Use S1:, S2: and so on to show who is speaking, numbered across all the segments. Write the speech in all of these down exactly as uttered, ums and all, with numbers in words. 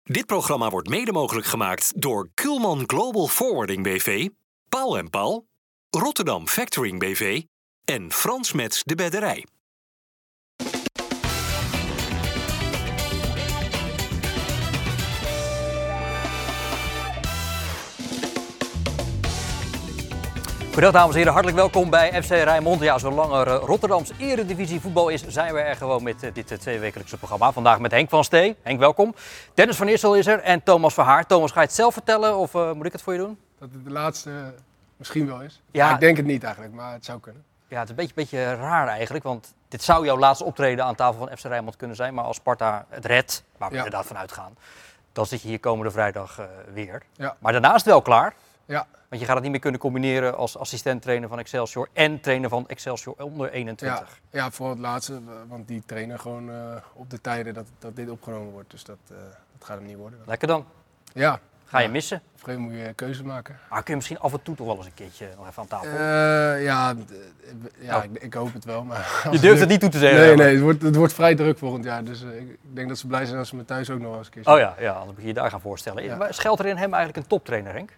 S1: Dit programma wordt mede mogelijk gemaakt door Kuhlman Global Forwarding B V, Paul en Paul, Rotterdam Factoring B V en Frans Metz de Bedderij.
S2: Goedendag dames en heren, hartelijk welkom bij F C Rijnmond. Ja, zolang er Rotterdams Eredivisie voetbal is, zijn we er gewoon met uh, dit uh, tweewekelijkse programma. Vandaag met Henk van Stee. Henk, welkom. Dennis van Eersel is er en Thomas Verhaar. Thomas, ga je het zelf vertellen of uh, moet ik het voor je doen?
S3: Dat het de laatste uh, misschien wel is.
S2: Ja.
S3: Ja, ik denk het niet eigenlijk, maar het zou kunnen.
S2: Ja, het is een beetje, beetje raar eigenlijk, want dit zou jouw laatste optreden aan tafel van F C Rijnmond kunnen zijn. Maar als Sparta het redt, waar we ja. inderdaad van uitgaan, dan zit je hier komende vrijdag uh, weer. Ja. Maar daarna is het wel klaar.
S3: Ja.
S2: Want je gaat het niet meer kunnen combineren als assistent-trainer van Excelsior en trainer van Excelsior onder eenentwintig.
S3: Ja, ja, vooral het laatste, want die trainen gewoon uh, op de tijden dat, dat dit opgenomen wordt. Dus dat, uh, dat gaat hem niet worden.
S2: Lekker dan.
S3: Ja.
S2: Ga je
S3: ja.
S2: missen?
S3: Of geen moet je keuze maken.
S2: Maar kun je misschien af en toe toch wel eens een keertje nog even aan tafel?
S3: Uh, ja, d- ja
S2: oh.
S3: ik, ik hoop het wel. Maar
S2: je durft het niet toe te zeggen?
S3: Nee, nee het, wordt, het wordt vrij druk volgend jaar. Dus uh, ik denk dat ze blij zijn als ze me thuis ook nog eens een keer zien.
S2: Oh ja, ja, dan moet je je daar gaan voorstellen. Ja. Schuilt er in hem eigenlijk een toptrainer, Henk?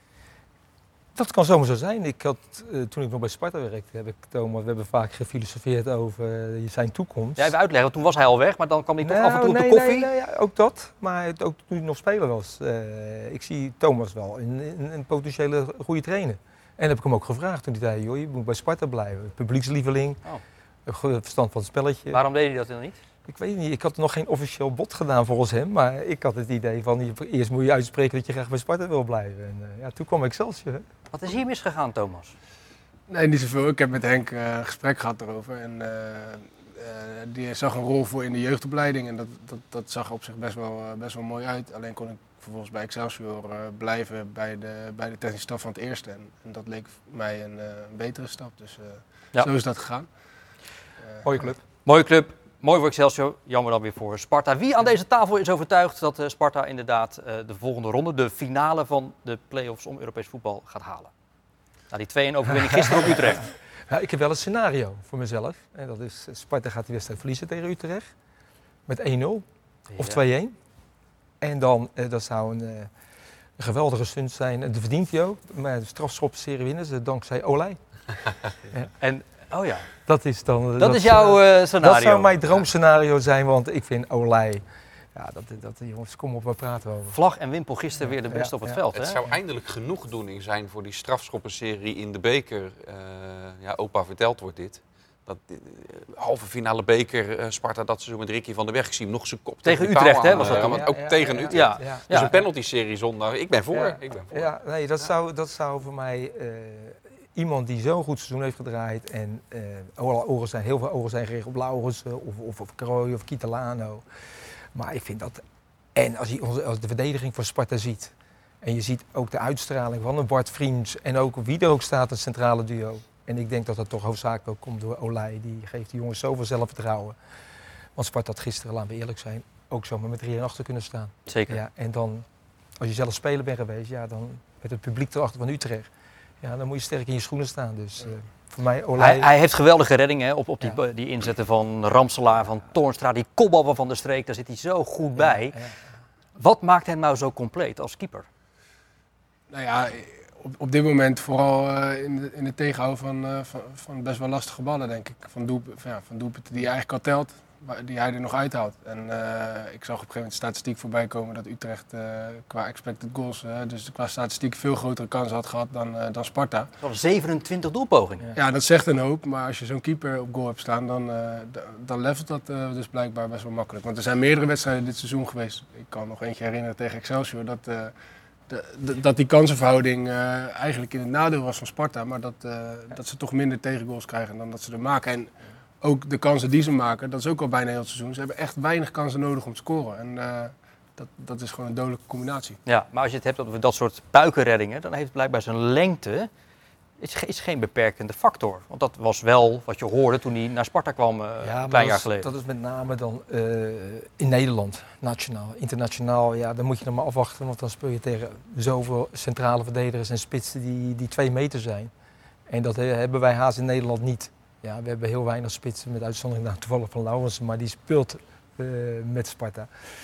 S4: Dat kan zomaar zo zijn. Ik had, uh, toen ik nog bij Sparta werkte, heb ik Thomas, we hebben vaak gefilosofeerd over uh, zijn toekomst.
S2: Ja, even uitleggen, toen was hij al weg, maar dan kwam hij toch
S4: nou,
S2: af en toe
S4: nee,
S2: op de koffie?
S4: Nee, nee, ja, ook dat. Maar ook toen hij nog speler was. Uh, ik zie Thomas wel een, een, een potentiële goede trainer. En heb ik hem ook gevraagd toen hij zei, joh, je moet bij Sparta blijven. Publiekslieveling, oh. verstand van het spelletje.
S2: Waarom deed hij dat dan niet?
S4: Ik weet niet, ik had nog geen officieel bod gedaan volgens hem, maar ik had het idee van eerst moet je uitspreken dat je graag bij Sparta wil blijven. En uh, ja, toen kwam Excelsior. Hè.
S2: Wat is hier misgegaan, Thomas?
S3: Nee, niet zoveel. Ik heb met Henk uh, een gesprek gehad erover en uh, uh, die zag een rol voor in de jeugdopleiding en dat, dat, dat zag op zich best wel, uh, best wel mooi uit. Alleen kon ik vervolgens bij Excelsior uh, blijven bij de, bij de technische staf van het eerste en, en dat leek mij een, uh, een betere stap, dus uh, ja. zo is dat gegaan.
S4: Uh, Mooie club.
S2: Mooie club. Mooi voor Excelsior, jammer dan weer voor Sparta. Wie aan deze tafel is overtuigd dat uh, Sparta inderdaad uh, de volgende ronde, de finale van de play-offs om Europees voetbal gaat halen? Nou, die twee een overwinning gisteren op Utrecht.
S4: Ja, ik heb wel een scenario voor mezelf. En dat is, Sparta gaat die wedstrijd verliezen tegen Utrecht. Met één nul of ja. twee-een. En dan, uh, dat zou een, uh, een geweldige stunt zijn. En dat verdient hij ook. Maar de strafschopserie winnen ze dankzij Olij.
S2: ja. En... Oh ja.
S4: Dat is dan...
S2: Dat, dat is jouw uh, scenario?
S4: Dat zou mijn droomscenario zijn, want ik vind Olij... Ja, dat, dat, jongens, kom op, waar praten we over.
S2: Vlag en Wimpel gisteren ja, weer de beste ja, op het ja. veld.
S5: Het
S2: hè?
S5: zou eindelijk genoegdoening zijn voor die strafschoppenserie in de beker. Uh, ja, opa verteld wordt dit. Dat uh, halve finale beker, uh, Sparta dat seizoen met Ricky van der Weg. Ik zie hem nog zijn kop
S2: tegen, tegen Utrecht, hè?
S5: Was dat ja, ja, ook ja, tegen ja, Utrecht. Ja, ja, ja. Dus een penalty-serie zondag. Ik ben voor.
S4: Ja,
S5: ik ben voor.
S4: Ja, nee, dat, ja. zou, dat zou voor mij... Uh, Iemand die zo'n goed seizoen heeft gedraaid en uh, alle ogen zijn, heel veel ogen zijn gericht op Laurensen of, of, of Krooi of Kitalano. Maar ik vind dat... En als je onze, als de verdediging van Sparta ziet en je ziet ook de uitstraling van een Bart Vriends en ook wie er ook staat, het centrale duo. En ik denk dat dat toch hoofdzakelijk ook komt door Olij. Die geeft die jongens zoveel zelfvertrouwen. Want Sparta had gisteren, laten we eerlijk zijn, ook zomaar met drie achter kunnen staan.
S2: Zeker.
S4: Ja, en dan, als je zelf speler bent geweest, ja, dan met het publiek erachter van Utrecht. Ja, dan moet je sterk in je schoenen staan. Dus uh, voor mij Olij...
S2: Hij, hij heeft geweldige reddingen hè, op, op die, ja. die inzetten van Ramselaar, van Toornstra. Die kopbal van de Streek, daar zit hij zo goed bij. Ja, ja. Wat maakt hem nou zo compleet als keeper?
S3: Nou ja, op, op dit moment vooral uh, in, de, in het tegenhouden van, uh, van, van best wel lastige ballen, denk ik. Van, doelp, van, ja, van doelpunten die hij eigenlijk al telt, die hij er nog uithaalt. En uh, ik zag op een gegeven moment de statistiek voorbij komen dat Utrecht uh, qua expected goals, uh, dus qua statistiek veel grotere kansen had gehad dan, uh, dan Sparta.
S2: Dat was zevenentwintig doelpogingen.
S3: Ja. ja, dat zegt een hoop, maar als je zo'n keeper op goal hebt staan, dan, uh, d- dan levelt dat uh, dus blijkbaar best wel makkelijk. Want er zijn meerdere wedstrijden dit seizoen geweest. Ik kan nog eentje herinneren tegen Excelsior, dat, uh, de, de, dat die kansenverhouding uh, eigenlijk in het nadeel was van Sparta, maar dat, uh, ja. dat ze toch minder tegengoals krijgen dan dat ze er maken. En, ook de kansen die ze maken, dat is ook al bijna heel het seizoen. Ze hebben echt weinig kansen nodig om te scoren. En uh, dat, dat is gewoon een dodelijke combinatie.
S2: Ja, maar als je het hebt over dat soort puikenreddingen, dan heeft het blijkbaar zijn lengte is, is geen beperkende factor. Want dat was wel wat je hoorde toen hij naar Sparta kwam uh, ja, een klein jaar geleden.
S4: Dat is met name dan uh, in Nederland, nationaal. Internationaal, ja, dan moet je nog maar afwachten. Want dan speel je tegen zoveel centrale verdedigers en spitsen die, die twee meter zijn. En dat uh, hebben wij haast in Nederland niet. Ja, we hebben heel weinig spitsen, met uitzondering nou, toevallig van Laurensen, maar die speelt uh, met Sparta.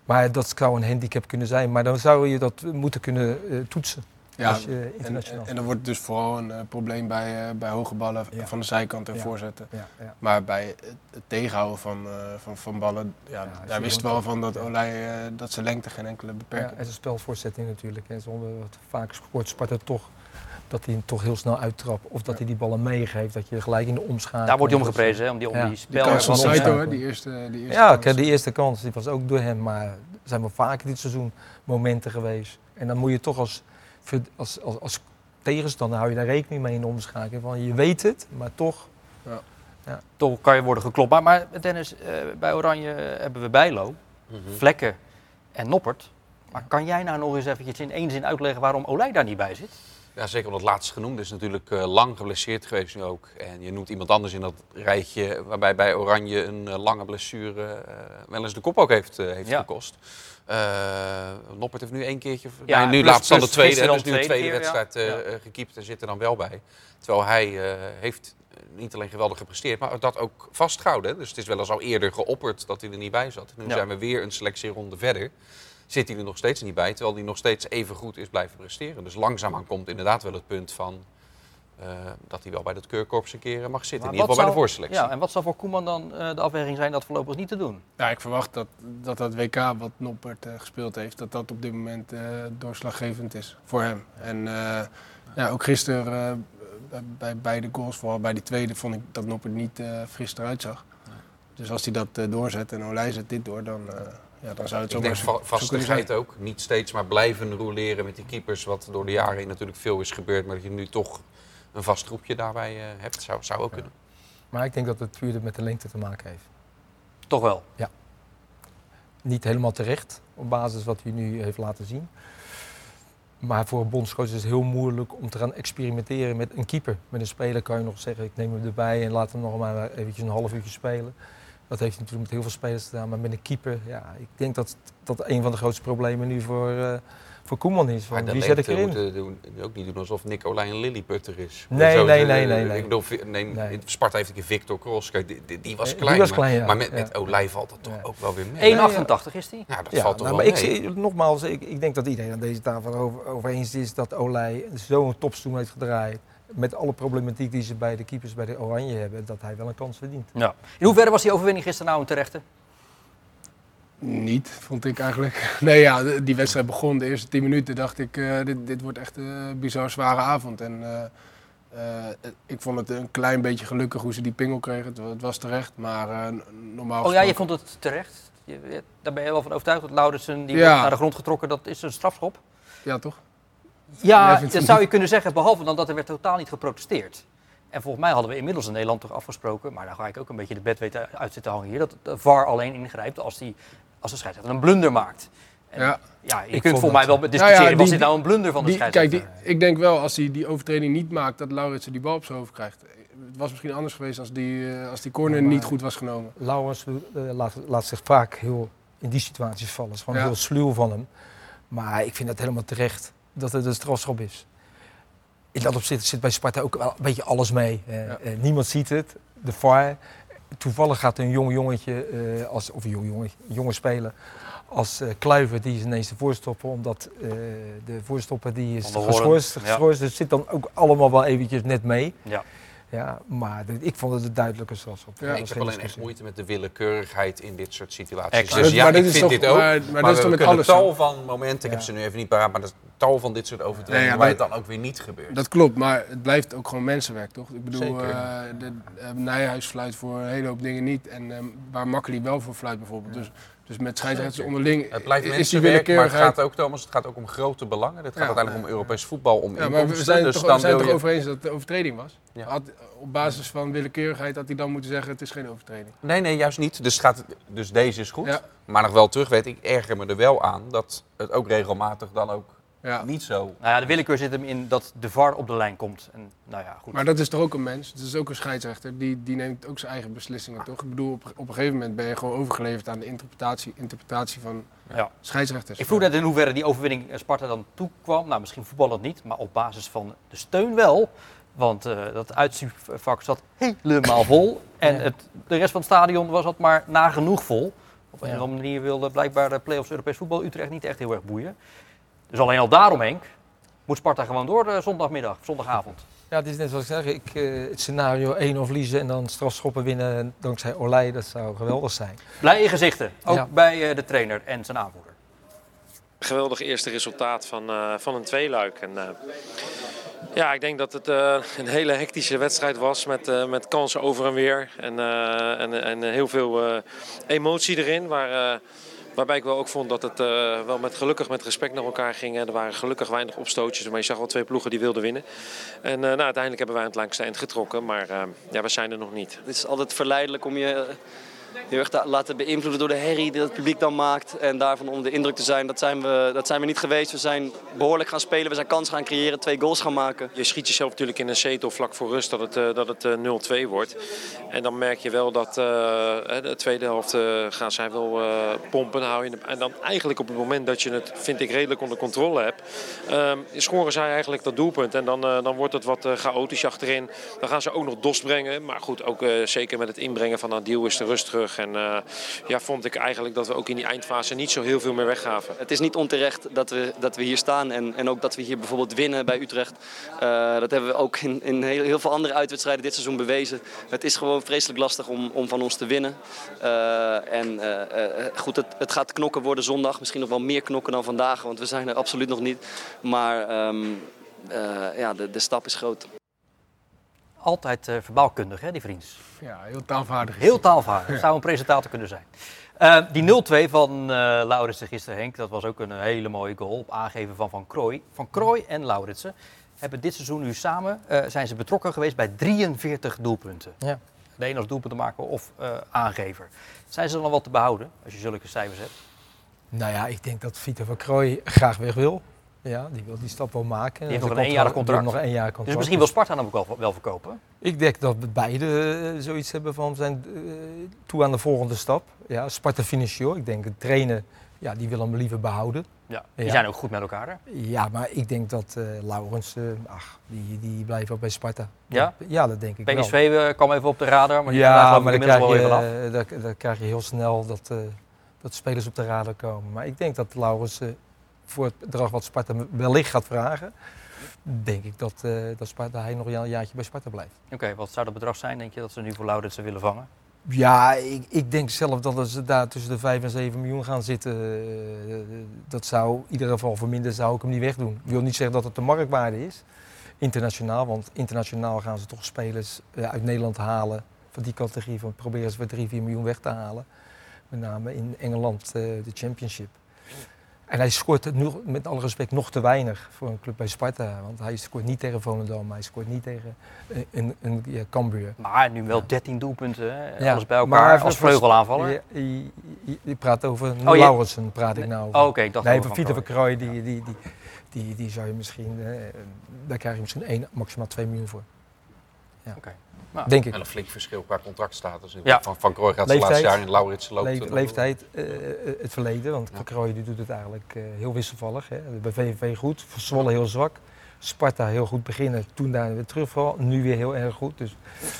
S4: Maar dat zou een handicap kunnen zijn. Maar dan zou je dat moeten kunnen uh, toetsen.
S3: Ja,
S4: als je internationaal
S3: en, en dan wordt het dus vooral een uh, probleem bij, uh, bij hoge ballen
S4: ja.
S3: van de zijkant en
S4: ja.
S3: voorzetten.
S4: Ja, ja.
S3: Maar bij het, het tegenhouden van, uh, van, van ballen, ja,
S4: Ja,
S3: daar wist wel van dat
S4: ja.
S3: Olij uh, dat zijn lengte geen enkele beperking.
S4: Ja, en zijn spelvoorzetting natuurlijk. En zonder wat vaak scoort Sparta toch dat hij hem toch heel snel uittrapt. Of dat
S3: ja.
S4: hij die ballen meegeeft, dat je gelijk in de omschakeling.
S2: Daar wordt hij om geprezen, hè, om die, om
S4: ja.
S2: die spel.
S3: Die kans van
S4: Ja,
S3: Saito,
S4: ja.
S3: hè, die eerste, die eerste
S4: Ja,
S3: kans.
S4: kijk, die eerste kans die was ook door hem. Maar er zijn wel vaker dit seizoen momenten geweest. En dan moet je toch als, als, als, als tegenstander hou je daar rekening mee in de omschakeling. Van, je weet het, maar toch.
S3: Ja.
S4: Ja.
S2: Toch kan je worden geklopt. Maar, maar Dennis, uh, bij Oranje hebben we Bijlo,
S5: Mm-hmm.
S2: Vlekken en Noppert. Maar kan jij nou nog eens eventjes in één zin uitleggen waarom Olij daar niet bij zit?
S5: Ja, zeker omdat het laatst genoemd is natuurlijk uh, lang geblesseerd geweest nu ook. En je noemt iemand anders in dat rijtje waarbij bij Oranje een uh, lange blessure uh, wel eens de kop ook heeft, uh, heeft
S2: ja.
S5: gekost. Uh, Noppert heeft nu één keertje,
S2: Ja,
S5: nee, nu
S2: plus-
S5: laatst dan de
S2: plus
S5: tweede,
S2: gisteren
S5: dus
S2: dan
S5: nu een
S2: tweede
S5: tweede
S2: keer,
S5: wedstrijd
S2: ja.
S5: uh,
S2: Ja.
S5: uh, gekiept en zit er dan wel bij. Terwijl hij uh, heeft niet alleen geweldig gepresteerd, maar dat ook vastgehouden. Dus het is wel eens al eerder geopperd dat hij er niet bij zat. Nu
S2: Ja.
S5: zijn we weer een selectieronde verder. Zit hij er nog steeds niet bij, terwijl hij nog steeds even goed is blijven presteren. Dus langzaamaan komt inderdaad wel het punt van uh, dat hij wel bij dat keurkorps een keer mag zitten.
S2: Maar
S5: In ieder geval
S2: wat
S5: bij de
S2: zou-
S5: voorselectie.
S2: Ja, en wat zal voor Koeman dan uh, de afweging zijn dat voorlopig niet te doen?
S3: Ja, ik verwacht dat dat, dat W K wat Noppert uh, gespeeld heeft, dat dat op dit moment uh, doorslaggevend is voor hem. En uh, ja, ook gisteren uh, bij beide goals, vooral bij die tweede, vond ik dat Noppert niet uh, fris eruit zag. Nee. Dus als hij dat uh, doorzet en Olij zet dit door, dan, uh, ja, dan zou het
S5: Ik
S3: zo
S5: denk
S3: maar
S5: va-
S3: zo kunnen zijn.
S5: vastigheid ook. Niet steeds maar blijven roleren met die keepers, wat door de jaren heen natuurlijk veel is gebeurd. Maar dat je nu toch een vast groepje daarbij uh, hebt, zou, zou ook
S4: Ja.
S5: kunnen.
S4: Maar ik denk dat het puur met de lengte te maken heeft.
S2: Toch wel.
S4: Niet helemaal terecht, op basis wat hij nu heeft laten zien. Maar voor een bondscoach is het heel moeilijk om te gaan experimenteren met een keeper. Met een speler kan je nog zeggen, ik neem hem erbij en laat hem nog maar eventjes een half uurtje spelen. Dat heeft hij natuurlijk met heel veel spelers gedaan. Maar met een keeper, ja, ik denk dat dat een van de grootste problemen nu voor, uh, voor Koeman is. Van,
S5: Maar
S4: wie
S5: de
S4: zet ik
S5: lengte
S4: erin?
S5: moeten doen, ook niet doen alsof Nick Olij een Lilliputter is.
S4: Nee,
S5: Zo,
S4: nee,
S5: uh,
S4: nee, nee, nee.
S5: Ik bedoel, neem,
S4: Nee.
S5: Sparta heeft een keer Victor Kroos, kijk, die, die, die was
S4: Die
S5: klein.
S4: was
S5: maar,
S4: klein, ja.
S5: maar met,
S4: Ja.
S5: met Olij valt dat toch
S4: Ja.
S5: ook wel weer mee.
S2: één achtentachtig is hij.
S5: Ja, dat
S4: Ja,
S5: valt toch
S4: nou,
S5: wel
S4: maar
S5: mee.
S4: ik zie, nogmaals, ik, ik denk dat iedereen aan deze tafel over, over eens is dat Olij zo'n topseizoen heeft gedraaid. Met alle problematiek die ze bij de keepers bij de Oranje hebben, dat hij wel een kans verdient.
S2: Ja. In hoeverre was die overwinning gisteren nou een terechte?
S3: Niet, vond ik eigenlijk. Nee, ja, die wedstrijd begon, de eerste tien minuten dacht ik, uh, dit, dit wordt echt een bizar zware avond. En uh, uh, ik vond het een klein beetje gelukkig hoe ze die pingel kregen. Het, het was terecht, maar uh, normaal
S2: Oh ja, je
S3: gesproken-
S2: vond het terecht? Je, je- daar ben je wel van overtuigd dat Laurensen die
S3: Ja.
S2: wordt naar de grond getrokken, dat is een strafschop?
S3: Ja, toch?
S2: Ja,
S3: Jij vindt
S2: dat
S3: het
S2: zou
S3: niet?
S2: je kunnen zeggen, behalve dan dat er werd totaal niet geprotesteerd. En volgens mij hadden we inmiddels in Nederland toch afgesproken, maar daar ga ik ook een beetje de bedweten uit zitten hangen hier, dat de V A R alleen ingrijpt als, die, als de scheidsrechter een blunder maakt. En
S3: Ja.
S2: ja, je
S4: Ik
S2: kunt
S4: vond
S2: volgens mij
S4: dat-
S2: wel discussiëren,
S3: Nou ja,
S2: was
S3: die-
S2: dit nou een blunder van de
S3: Die,
S2: scheidsrechter?
S3: kijk, die, ik denk wel als hij die overtreding niet maakt, dat Lauritsen die bal op zijn hoofd krijgt. Het was misschien anders geweest als die, uh, als die corner
S4: Maar-
S3: niet goed was genomen.
S4: Laurens uh, laat, laat zich vaak heel in die situaties vallen. Het is gewoon
S3: Ja.
S4: heel sluw van hem. Maar ik vind het helemaal terecht dat het een strafschop is. In dat opzicht zit bij Sparta ook wel een beetje alles mee. Uh,
S3: Ja.
S4: uh, niemand ziet het. De V A R. Toevallig gaat een jong jongetje, uh, als, of een jong jongetje, een jonge speler, als uh, Kluivert, die is ineens de voorstopper, omdat uh, de voorstopper die is
S2: Van de Hoorn,
S4: geschorst.
S2: ja.
S4: geschorst. Dus het zit dan ook allemaal wel eventjes net mee.
S2: Ja.
S4: Ja, maar de- ik vond het een duidelijke strafschop.
S3: Ja,
S4: Dat
S5: ik
S4: was
S5: heb
S4: geen
S5: alleen echt
S4: discussie.
S5: moeite met de willekeurigheid in dit soort situaties.
S2: Exact.
S5: Dus ja,
S3: Maar dit
S5: ik
S3: is
S5: vind
S3: toch-
S5: dit ook.
S3: maar-
S5: Maar,
S3: maar dat is
S5: we
S3: toch met
S5: kunnen
S3: alles
S5: tal
S3: zo?
S5: van momenten, ik heb
S4: Ja.
S5: ze nu even niet paraat, maar er is tal van dit soort overtredingen
S3: Nee, ja,
S5: waar
S3: maar-
S5: het dan ook weer niet gebeurt.
S3: Dat klopt, maar het blijft ook gewoon mensenwerk, toch? Ik bedoel,
S5: Zeker.
S3: uh, de, uh, Nijhuis fluit voor een hele hoop dingen niet. En um, waar Makkeli wel voor fluit bijvoorbeeld. Dus, dus met scheidsrechters
S5: Zeker.
S3: onderling
S5: Het blijft
S3: is die
S5: mensenwerk, maar het
S3: willekeurigheid...
S5: gaat ook, Thomas, het gaat ook om grote belangen. Het gaat
S3: Ja,
S5: uiteindelijk
S3: ja,
S5: om Europees voetbal, om
S3: Ja, maar
S5: inkomsten.
S3: we zijn,
S5: dus
S3: toch,
S5: dan
S3: we zijn
S5: wil
S3: toch
S5: je...
S3: over eens dat het een overtreding was?
S5: Ja.
S3: Had, op basis van willekeurigheid had hij dan moeten zeggen het is geen overtreding.
S5: Nee, nee, juist niet. Dus, het gaat, dus deze is goed.
S3: Ja.
S5: Maar nog wel terug, weet ik, erger me er wel aan dat het ook regelmatig dan ook
S3: Ja.
S5: niet zo...
S2: Nou ja, de willekeur zit hem in dat de V A R op de lijn komt. En, nou ja, goed.
S3: Maar dat is toch ook een mens? Het is ook een scheidsrechter. Die, die neemt ook zijn eigen beslissingen, toch? Ik bedoel, op, op een gegeven moment ben je gewoon overgeleverd aan de interpretatie, interpretatie van
S2: Ja.
S3: scheidsrechters.
S2: Ik vroeg net in hoeverre die overwinning eh, Sparta dan toekwam. Nou, misschien voetballend niet, maar op basis van de steun wel. Want uh, dat uitzievak zat helemaal vol. En
S4: Ja.
S2: het, de rest van het stadion was dat maar nagenoeg vol. Of een
S4: Ja.
S2: of andere manier wilde blijkbaar de play-offs Europees voetbal Utrecht niet echt heel erg boeien. Dus alleen al daarom, Henk, moet Sparta gewoon door uh, zondagmiddag, zondagavond.
S4: Ja, het is net zoals ik zeg, ik, uh, het scenario één nul verliezen en dan strafschoppen winnen dankzij Olij, dat zou geweldig zijn.
S2: Blije gezichten, ook
S4: Ja.
S2: bij uh, de trainer en zijn aanvoerder.
S6: Geweldig eerste resultaat van, uh, van een tweeluik. En, uh, ja, ik denk dat het uh, een hele hectische wedstrijd was met, uh, met kansen over en weer. En, uh, en, en heel veel uh, emotie erin. Waar, uh, waarbij ik wel ook vond dat het uh, wel met, gelukkig met respect naar elkaar ging. En er waren gelukkig weinig opstootjes. Maar je zag wel twee ploegen die wilden winnen. En uh, nou, uiteindelijk hebben wij aan het langste eind getrokken. Maar uh, ja, we zijn er nog niet.
S7: Het is altijd verleidelijk om je heel erg te laten beïnvloeden door de herrie die het publiek dan maakt. En daarvan onder de indruk te zijn. Dat zijn, we, dat zijn we niet geweest. We zijn behoorlijk gaan spelen. We zijn kansen gaan creëren. Twee goals gaan maken.
S6: Je schiet jezelf natuurlijk in een zetel vlak voor rust dat het, uh, dat het uh, nul twee wordt. En dan merk je wel dat uh, de tweede helft uh, gaan zij wel uh, pompen. Hou je, en dan eigenlijk op het moment dat je het, vind ik, redelijk onder controle hebt, uh, scoren zij eigenlijk dat doelpunt. En dan, uh, dan wordt het wat uh, chaotisch achterin. Dan gaan ze ook nog dos brengen. Maar goed, ook uh, zeker met het inbrengen van Adil is de rust terug. En uh, ja, vond ik eigenlijk dat we ook in die eindfase niet zo heel veel meer weggaven.
S7: Het is niet onterecht dat we, dat we hier staan. En, en ook dat we hier bijvoorbeeld winnen bij Utrecht. Uh, dat hebben we ook in, in heel, heel veel andere uitwedstrijden dit seizoen bewezen. Het is gewoon vreselijk lastig om, om van ons te winnen. Uh, en uh, uh, goed, het, het gaat knokken worden zondag. Misschien nog wel meer knokken dan vandaag. Want we zijn er absoluut nog niet. Maar um, uh, ja, de, de stap is groot.
S2: Altijd uh, verbaalkundig, hè, die vriends.
S3: Ja, heel taalvaardig.
S2: Heel taalvaardig. Dat zou een presentator kunnen zijn. Uh, die nul twee van uh, Lauritsen gisteren, Henk, dat was ook een hele mooie goal op aangeven van Van Krooij. Van Krooij en Lauritsen hebben dit seizoen nu samen, uh, zijn ze betrokken geweest bij drieënveertig doelpunten.
S4: Ja.
S2: De een als doelpuntenmaker of uh, aangever. Zijn ze dan wat te behouden als je zulke cijfers hebt?
S4: Nou ja, ik denk dat Vito van Krooij graag weg wil. Ja, die wil die stap wel maken.
S2: Die heeft
S4: En
S2: nog
S4: ze
S2: een eenjarig
S4: komt-
S2: contract.
S4: Nog een eenjarig contract.
S2: Dus misschien wil Sparta hem ook wel, wel verkopen.
S4: Ik denk dat we beide uh, zoiets hebben van we zijn uh, toe aan de volgende stap. Ja, Sparta Financieel. Ik denk het trainen, ja, die wil hem liever behouden.
S2: Ja, die
S4: Ja.
S2: zijn ook goed met elkaar. Hè?
S4: Ja, maar ik denk dat uh, Laurens, uh, ach, die, die blijft ook bij Sparta.
S2: Ja?
S4: Ja, dat denk ik
S2: P S V
S4: wel.
S2: uh, kwam even op de radar, maar die
S4: Ja,
S2: gaan
S4: maar dan
S2: inmiddels
S4: krijg,
S2: wel
S4: je,
S2: even af.
S4: uh, daar, daar krijg je heel snel dat, uh, dat spelers op de radar komen. Maar ik denk dat Laurens uh, voor het bedrag wat Sparta wellicht gaat vragen, denk ik dat, uh, dat Sparta, hij nog een jaartje bij Sparta blijft.
S2: Oké, okay, wat zou dat bedrag zijn, denk je, dat ze nu voor Lauritsen willen vangen?
S4: Ja, ik, ik denk zelf dat ze daar tussen de vijf en zeven miljoen gaan zitten. Uh, dat zou in ieder geval voor minder zou ik hem niet wegdoen. Ik wil niet zeggen dat het de marktwaarde is, internationaal. Want internationaal gaan ze toch spelers uh, uit Nederland halen. Van die categorie van proberen ze voor drie, vier miljoen weg te halen. Met name in Engeland uh, de Championship. En hij scoort nu, met alle respect nog te weinig voor een club bij Sparta. Want hij scoort niet tegen Volendam, hij scoort niet tegen een, een, een ja, Cambuur.
S2: Maar nu wel dertien doelpunten, hè?
S4: Ja,
S2: Alles bij elkaar
S4: maar
S2: als
S4: voor-
S2: vleugelaanvaller.
S4: Je, je, je, je praat over
S2: Oh, je-
S4: Laurensen, praat ik nou over.
S2: Oh, oké, ik dacht
S4: Nee,
S2: over
S4: van
S2: Van
S4: Vito van
S2: Krooij.
S4: Krooij, die, die, die, die, die zou je misschien, eh, daar krijg je misschien één, maximaal twee miljoen voor. Ja.
S2: Oké.
S4: Denk ik.
S5: En een flink verschil qua contractstatus.
S2: Ja.
S5: Van Van Krooij gaat zijn
S4: Leeftijd.
S5: laatste jaar in Lauritsen loopt.
S4: Le-
S5: er-
S4: leeftijd, uh, het verleden, want
S5: Ja.
S4: Van Krooij die doet het eigenlijk uh, heel wisselvallig. Hè. Bij V V V goed, voor Zwolle heel zwak. Sparta heel goed beginnen, toen daar weer terugval. Nu weer heel erg goed. Dus,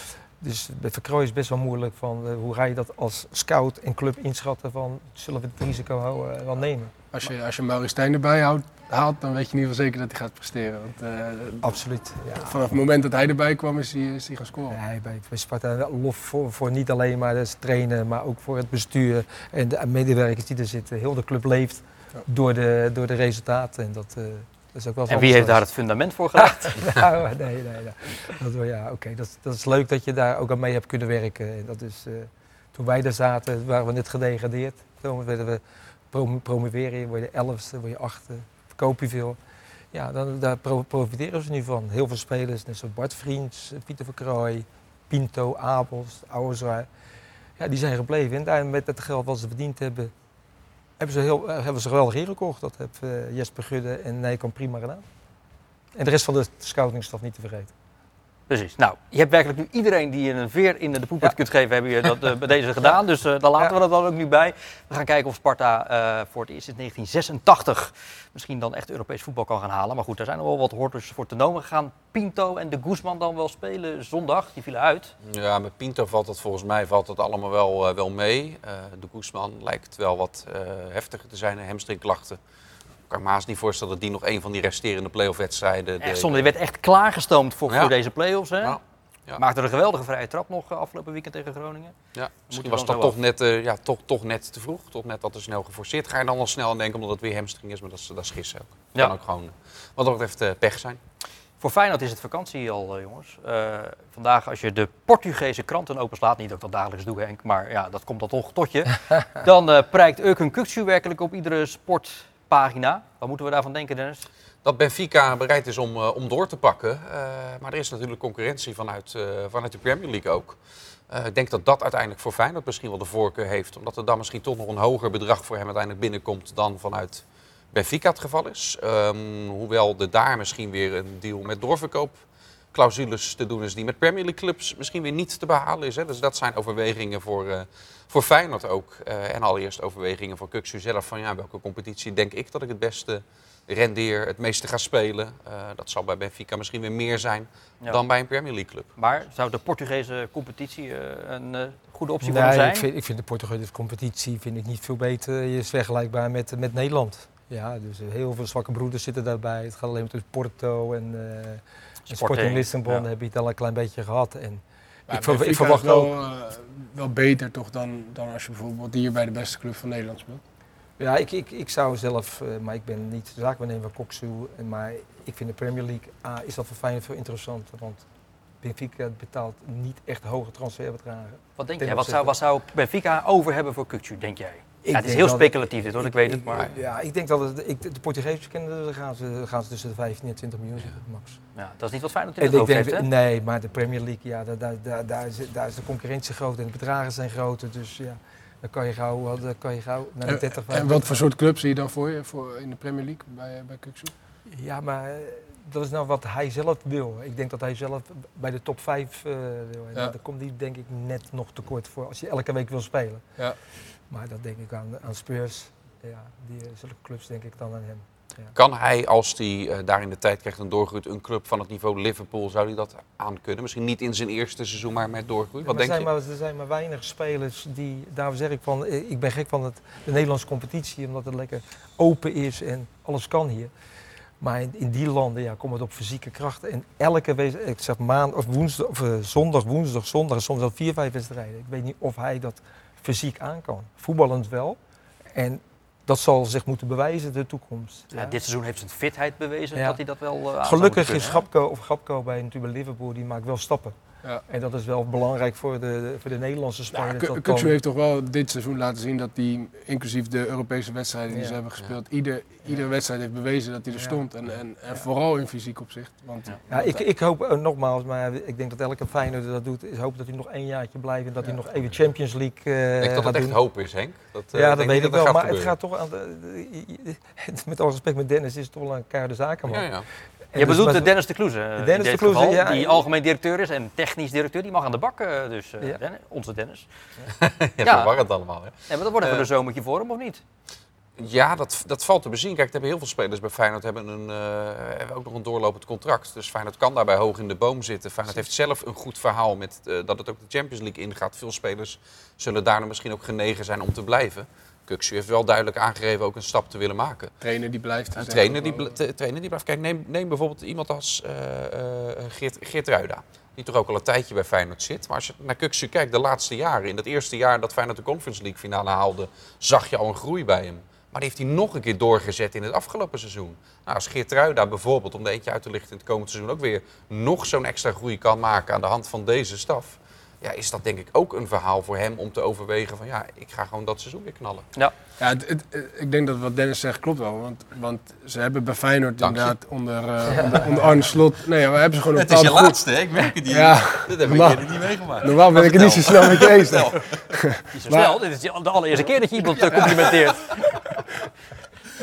S4: dus bij Van Krooij is het best wel moeilijk van uh, hoe ga je dat als scout en club inschatten van zullen we het risico uh, wel nemen.
S3: Als je, als je Maurice Stijn erbij houdt, haalt, dan weet je in ieder geval zeker dat hij gaat presteren. Want, uh,
S4: Absoluut. Ja.
S3: vanaf het moment dat hij erbij kwam, is hij, is hij gaan scoren.
S4: Ja, bij, bij Sparta wel lof voor, voor niet alleen maar het trainen, maar ook voor het bestuur en de medewerkers die er zitten. Heel de club leeft
S3: Ja.
S4: door, de, door de resultaten. En dat, uh, dat is ook wel
S2: En wie heeft daar het fundament voor gelegd?
S4: nou, nee, nee, nee. Dat, wel- ja, oké. dat, dat is leuk dat je daar ook aan mee hebt kunnen werken. En dat is, uh, toen wij daar zaten, waren we net gedegradeerd. Toen werden we prom promoveren, word je elfste, word je achtste, verkoop je veel. Ja, dan, daar pro profiteren ze nu van. Heel veel spelers, net zoals Bart Vriends, Pieter van Krooij, Pinto, Abels, Ouwezwaar. Ja, die zijn gebleven. En daar met het geld wat ze verdiend hebben, hebben ze, heel, uh, hebben ze geweldig ingekocht. Dat heeft uh, Jesper Gudde en Nijkamp prima gedaan. En de rest van de scoutingstaf niet te vergeten.
S2: Precies. Nou, je hebt werkelijk nu iedereen die je een veer in de poepert
S4: Ja.
S2: kunt geven, heb je dat uh, bij deze gedaan. Dus uh, daar laten
S4: Ja.
S2: we dat dan ook nu bij. We gaan kijken of Sparta uh, voor het eerst in negentien zesentachtig misschien dan echt Europees voetbal kan gaan halen. Maar goed, daar zijn nog wel wat hordes voor te nomen gegaan. Pinto en de Guzman dan wel spelen zondag. Die vielen uit.
S5: Ja, met Pinto valt dat volgens mij valt dat allemaal wel, uh, wel mee. Uh, de Guzman lijkt wel wat uh, heftiger te zijn, hamstringklachten. Ik kan me haast niet voorstellen dat die nog een van die resterende play-off wedstrijden...
S2: Echt zonde, die werd echt klaargestoomd voor,
S5: Ja.
S2: voor deze play-offs. Hè?
S5: Ja. Ja.
S2: Maakte een geweldige vrije trap nog uh, afgelopen weekend tegen Groningen.
S5: Ja, misschien
S2: we
S5: was
S2: dan
S5: dat
S2: zo
S5: toch net, uh, ja, toch, toch net te vroeg, toch net wat te snel geforceerd. Ga je dan al snel aan denken omdat het weer hamstring is, maar dat is, dat is gissen ook.
S2: Ja.
S5: Kan ook gewoon, uh, wat dat betreft, uh, pech zijn.
S2: Voor Feyenoord is het vakantie al, uh, jongens. Uh, vandaag als je de Portugese kranten openslaat, niet dat ik dat dagelijks doe, Henk, maar ja, dat komt dan toch tot je. Dan uh, prijkt Ökün Kukçu werkelijk op iedere sportpagina. Wat moeten we daarvan denken, Dennis?
S5: Dat Benfica bereid is om, uh, om door te pakken. Uh, maar er is natuurlijk concurrentie vanuit, uh, vanuit de Premier League ook. Uh, ik denk dat dat uiteindelijk voor Feyenoord misschien wel de voorkeur heeft. Omdat er dan misschien toch nog een hoger bedrag voor hem uiteindelijk binnenkomt dan vanuit Benfica het geval is. Um, hoewel er daar misschien weer een deal met doorverkoopclausules te doen is die met Premier League clubs misschien weer niet te behalen is. Hè. Dus dat zijn overwegingen voor, uh, voor Feyenoord ook. Uh, en allereerst overwegingen voor Kukçu zelf. Van ja, welke competitie denk ik dat ik het beste rendeer, het meeste ga spelen. Uh, dat zal bij Benfica misschien weer meer zijn
S2: Ja.
S5: dan bij een Premier League club.
S2: Maar zou de Portugese competitie uh, een uh, goede optie voor
S4: Nee,
S2: hem zijn?
S4: ik vind, ik vind de Portugese competitie vind ik niet veel beter. Je is vergelijkbaar met, met Nederland. Ja, dus heel veel zwakke broeders zitten daarbij. Het gaat alleen maar tussen Porto en, uh, en Sporting Lissabon.
S2: ja.
S4: Heb je het al een klein beetje gehad. En
S3: Maar
S4: ik, ver,
S3: Benfica
S4: ik verwacht
S3: is wel,
S4: ook...
S3: uh, wel beter toch dan, dan als je bijvoorbeeld hier bij de beste club van Nederland speelt.
S4: Ja, ik, ik, ik zou zelf, uh, maar ik ben niet zaakwaarnemer van Kukçu, maar ik vind de Premier League, A, is dat voor Feyenoord veel interessanter, want Benfica betaalt niet echt hoge transferbedragen.
S2: Wat denk
S4: Ten
S2: jij? Wat zou,
S4: opzichte-
S2: wat zou Benfica over hebben voor Kukçu, denk jij?
S4: Ik
S2: Ja, het is
S4: denk
S2: heel
S4: dat-
S2: speculatief dit hoor, ik weet het, maar
S4: Ja, ik denk dat het, ik, de Portugezen kennen, dan gaan ze, gaan ze tussen de vijftien en twintig miljoen zitten, max.
S2: ja, dat is niet wat Feyenoord in
S4: En
S2: het
S4: ik
S2: hoofd
S4: denk,
S2: heeft, hè?
S4: nee, maar de Premier League, ja, daar, daar, daar, daar, is, daar is de concurrentie groot en de bedragen zijn groter, dus ja, dan kan je gauw, dan kan je gauw naar de
S3: En,
S4: dertig,
S3: en wat voor soort club zie je dan voor je voor in de Premier League bij, bij Kukçu?
S4: Ja, maar eh, dat is nou wat hij zelf wil. Ik denk dat hij zelf bij de top vijf uh, wil. En
S3: Ja.
S4: daar komt hij denk ik net nog tekort voor als je elke week wil spelen.
S3: Ja.
S4: Maar dat denk ik aan, aan Spurs. Ja, die, uh, zulke clubs denk ik dan aan hem. Ja.
S5: Kan hij, als hij uh, daar in de tijd krijgt en doorgroeit, een club van het niveau Liverpool, zou hij dat aankunnen? Misschien niet in zijn eerste seizoen, maar met doorgroei. Wat
S4: Maar er,
S5: denk
S4: zijn
S5: je?
S4: maar, er zijn maar weinig spelers die, daarom zeg ik van, eh, ik ben gek van het, de Nederlandse competitie, omdat het lekker open is en alles kan hier. Maar in, in die landen ja, komt het op fysieke krachten. En elke week, ik zeg maand, of woensdag, of uh, zondag, woensdag, zondag, soms wel vier, vijf wedstrijden. Ik weet niet of hij dat fysiek aan kan. Voetballend wel. En dat zal zich moeten bewijzen in de toekomst.
S2: Ja,
S4: Ja.
S2: dit seizoen heeft zijn fitheid bewezen
S4: Ja.
S2: dat hij dat wel uh, aan zou
S4: Gelukkig
S2: moeten
S4: is
S2: kunnen, hè?
S4: Gapco, of Gapco bij natuurlijk bij Liverpool, die maakt wel stappen.
S3: Ja.
S4: En dat is wel belangrijk voor de, voor de Nederlandse
S3: Ja,
S4: spelers.
S3: Ku-
S4: dat
S3: Kukçu
S4: dan-
S3: heeft toch wel dit seizoen laten zien dat hij, inclusief de Europese wedstrijden die
S4: Ja.
S3: ze hebben gespeeld, ieder, iedere wedstrijd heeft bewezen dat hij er
S4: Ja.
S3: stond. En, en, en
S4: Ja.
S3: vooral in fysiek opzicht. Want,
S2: Ja.
S4: Ja, ik, ik hoop uh, nogmaals, maar ik denk dat elke Feyenoorder dat doet, is hopen dat hij nog één jaartje blijft en dat
S3: Ja.
S4: hij nog even Champions League uh,
S5: Ik denk dat
S4: gaat
S5: het echt
S4: doen.
S5: hoop is, Henk. Dat, uh,
S4: Ja, dat
S5: denk
S4: weet
S5: niet
S4: ik wel,
S5: gaat
S4: maar het
S5: gebeuren.
S4: gaat toch aan de, de- de- met alle respect met Dennis, is het toch wel een keiharde zakenman.
S5: Ja, ja.
S4: En
S2: Je
S4: dus
S2: bedoelt
S4: met-
S2: de Dennis de Kloeze, uh, in
S4: Dennis
S2: dit
S4: de Kloeze,
S2: geval,
S4: ja.
S2: die algemeen directeur is en technisch directeur. Die mag aan de bak, uh, dus uh,
S4: Ja.
S2: Dennis, onze Dennis.
S5: Ja,
S2: Ja.
S5: verwarrend allemaal. Hè?
S2: Nee, maar dat wordt even
S5: Eh.
S2: een zomertje voor hem, of niet?
S5: Ja, dat, dat valt te bezien. Kijk, er hebben heel veel spelers bij Feyenoord hebben, een, uh, hebben ook nog een doorlopend contract. Dus Feyenoord kan daarbij hoog in de boom zitten. Feyenoord heeft zelf een goed verhaal met uh, dat het ook de Champions League ingaat. Veel spelers zullen daarna misschien ook genegen zijn om te blijven. Kukçu heeft wel duidelijk aangegeven ook een stap te willen maken.
S3: trainer die blijft.
S5: Een trainer die, bl- te- trainer die blijft. Kijk, neem, neem bijvoorbeeld iemand als uh, uh, Geert, Geert Ruida. Die toch ook al een tijdje bij Feyenoord zit. Maar als je naar Kukçu kijkt, de laatste jaren. In dat eerste jaar dat Feyenoord de Conference League finale haalde, zag je al een groei bij hem. Maar die heeft hij nog een keer doorgezet in het afgelopen seizoen. Nou, als Geert Ruida bijvoorbeeld, om er eentje uit te lichten in het komende seizoen, ook weer nog zo'n extra groei kan maken aan de hand van deze staf. Ja, is dat denk ik ook een verhaal voor hem om te overwegen van ja, ik ga gewoon dat seizoen weer knallen.
S2: Ja.
S3: Ja, het, het, het- ik denk dat wat Dennis zegt klopt wel. Want, want ze hebben bij Feyenoord
S5: Dank je.
S3: inderdaad onder, uh, onder, onder Arne Slot... Nee, maar hebben ze gewoon een
S5: Het is je
S3: bepaalde
S5: laatste, hè? Ik merk het hier.
S3: Ja,
S5: Dat heb ik
S3: maar-
S5: eerder niet meegemaakt.
S3: Normaal ben ik het niet zo snel met je eens.
S5: Vertel.
S2: Niet zo
S3: Maar-
S2: snel, dit is de allereerste keer dat je iemand uh, complimenteert.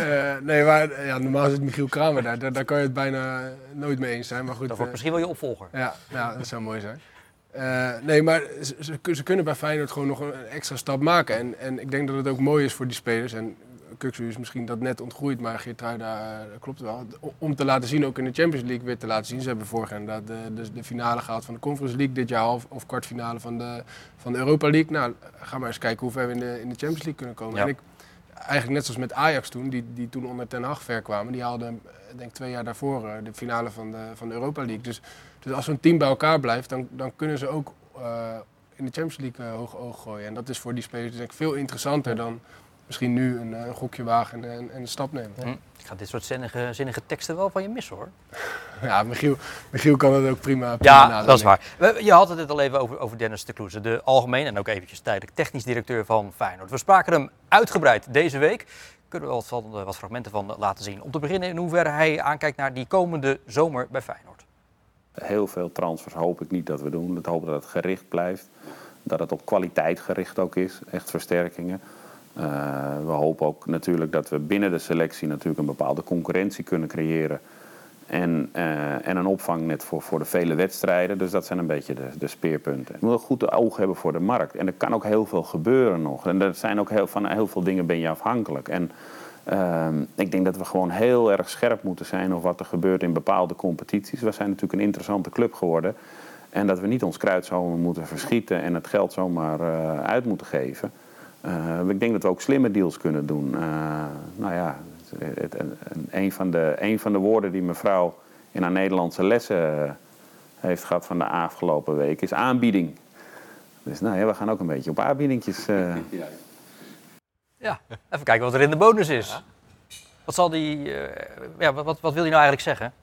S3: Uh, nee, maar ja, normaal zit Michiel Kramer daar. daar. Daar kan je het bijna nooit mee eens zijn. Maar goed,
S2: dat wordt
S3: uh,
S2: misschien wel je opvolger.
S3: Ja, ja, dat zou mooi zijn. Uh, nee, maar ze, ze, ze kunnen bij Feyenoord gewoon nog een extra stap maken. En, en ik denk dat het ook mooi is voor die spelers. En Kukçu is misschien dat net ontgroeid, maar Geertruida, dat klopt wel. Om te laten zien, ook in de Champions League weer te laten zien. Ze hebben vorig jaar inderdaad de, de, de finale gehaald van de Conference League. Dit jaar half of kwartfinale van de, van de Europa League. Nou, ga maar eens kijken hoe ver we in de, in de Champions League kunnen komen.
S2: Ja.
S3: En ik, eigenlijk net zoals met Ajax toen, die, die toen onder Ten Hag ver kwamen. Die haalden, denk ik, twee jaar daarvoor de finale van de, van de Europa League. Dus, dus als zo'n team bij elkaar blijft, dan, dan kunnen ze ook uh, in de Champions League uh, hoog oog gooien. En dat is voor die spelers denk ik veel interessanter dan misschien nu een, een gokje wagen en, en, en een stap nemen.
S2: Hm. Ik ga dit soort zinnige, zinnige teksten wel van je missen, hoor.
S3: Ja, Michiel, Michiel kan het ook prima, prima
S2: Ja,
S3: nadenken.
S2: dat is waar. Je had het net al even over, over Dennis de Kloeze, de algemeen en ook eventjes tijdelijk technisch directeur van Feyenoord. We spraken hem uitgebreid deze week. Kunnen we wat, van, wat fragmenten van laten zien. Om te beginnen in hoeverre hij aankijkt naar die komende zomer bij Feyenoord.
S8: Heel veel transfers hoop ik niet dat we doen. Ik hoop dat het gericht blijft. Dat het op kwaliteit gericht ook is. Echt versterkingen. Uh, we hopen ook natuurlijk dat we binnen de selectie natuurlijk een bepaalde concurrentie kunnen creëren. En, uh, en een opvangnet voor, voor de vele wedstrijden. Dus dat zijn een beetje de, de speerpunten. We moeten goed oog hebben voor de markt. En er kan ook heel veel gebeuren nog. En er zijn ook heel, van heel veel dingen ben je afhankelijk. En uh, ik denk dat we gewoon heel erg scherp moeten zijn op wat er gebeurt in bepaalde competities. We zijn natuurlijk een interessante club geworden. En dat we niet ons kruid zomaar moeten verschieten en het geld zomaar uh, uit moeten geven. Uh, ik denk dat we ook slimme deals kunnen doen. Uh, nou ja, het, het, een, van de, een van de woorden die mevrouw in haar Nederlandse lessen heeft gehad van de afgelopen week is aanbieding. Dus nou ja, we gaan ook een beetje op aanbiedingjes. Uh...
S2: Ja, even kijken wat er in de bonus is. Ja. Wat zal die, uh, ja, wat, wat wil hij nou eigenlijk zeggen?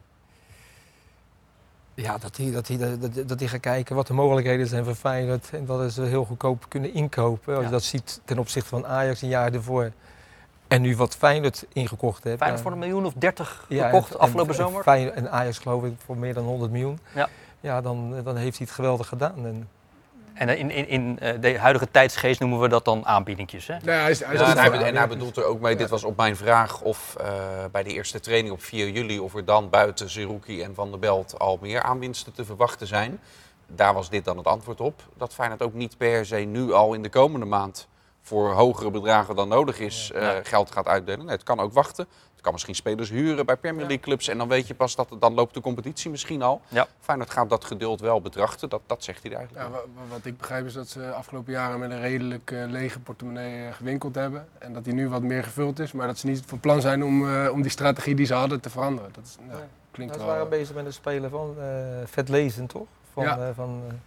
S4: Ja, dat hij, dat, hij, dat, dat hij gaat kijken wat de mogelijkheden zijn voor Feyenoord en dat ze heel goedkoop kunnen inkopen. Als ja. je dat ziet ten opzichte van Ajax een jaar ervoor en nu wat Feyenoord ingekocht heeft.
S2: Feyenoord ja. voor een miljoen of dertig gekocht ja, en, afgelopen
S4: en,
S2: zomer?
S4: Feyenoord en Ajax geloof ik voor meer dan honderd miljoen.
S2: Ja,
S4: ja dan, dan heeft hij het geweldig gedaan. En,
S2: En in, in, in de huidige tijdsgeest noemen we dat dan aanbiedingjes, hè?
S3: Ja, hij is, hij is
S5: ja, en, hij, en hij bedoelt er ook mee, dit was op mijn vraag of uh, bij de eerste training op vier juli... of er dan buiten Zerouki en Van der Belt al meer aanwinsten te verwachten zijn. Daar was dit dan het antwoord op. Dat Feyenoord ook niet per se nu al in de komende maand voor hogere bedragen dan nodig is uh, geld gaat uitdelen. Nee, het kan ook wachten. Het kan misschien spelers huren bij Premier League clubs en dan weet je pas dat het, dan loopt de competitie misschien al. Ja. Feyenoord gaat dat geduld wel betrachten, dat, dat zegt hij eigenlijk.
S3: Ja, wat ik begrijp is dat ze afgelopen jaren met een redelijk uh, lege portemonnee uh, gewinkeld hebben. En dat die nu wat meer gevuld is, maar dat ze niet van plan zijn om, uh, om die strategie die ze hadden te veranderen. Dat is, nou,
S4: ja.
S3: klinkt
S4: nou,
S3: wel...
S4: Ze waren bezig met een speler van uh, Vet Lezen, toch? Van,
S3: ja.
S4: uh, van, uh...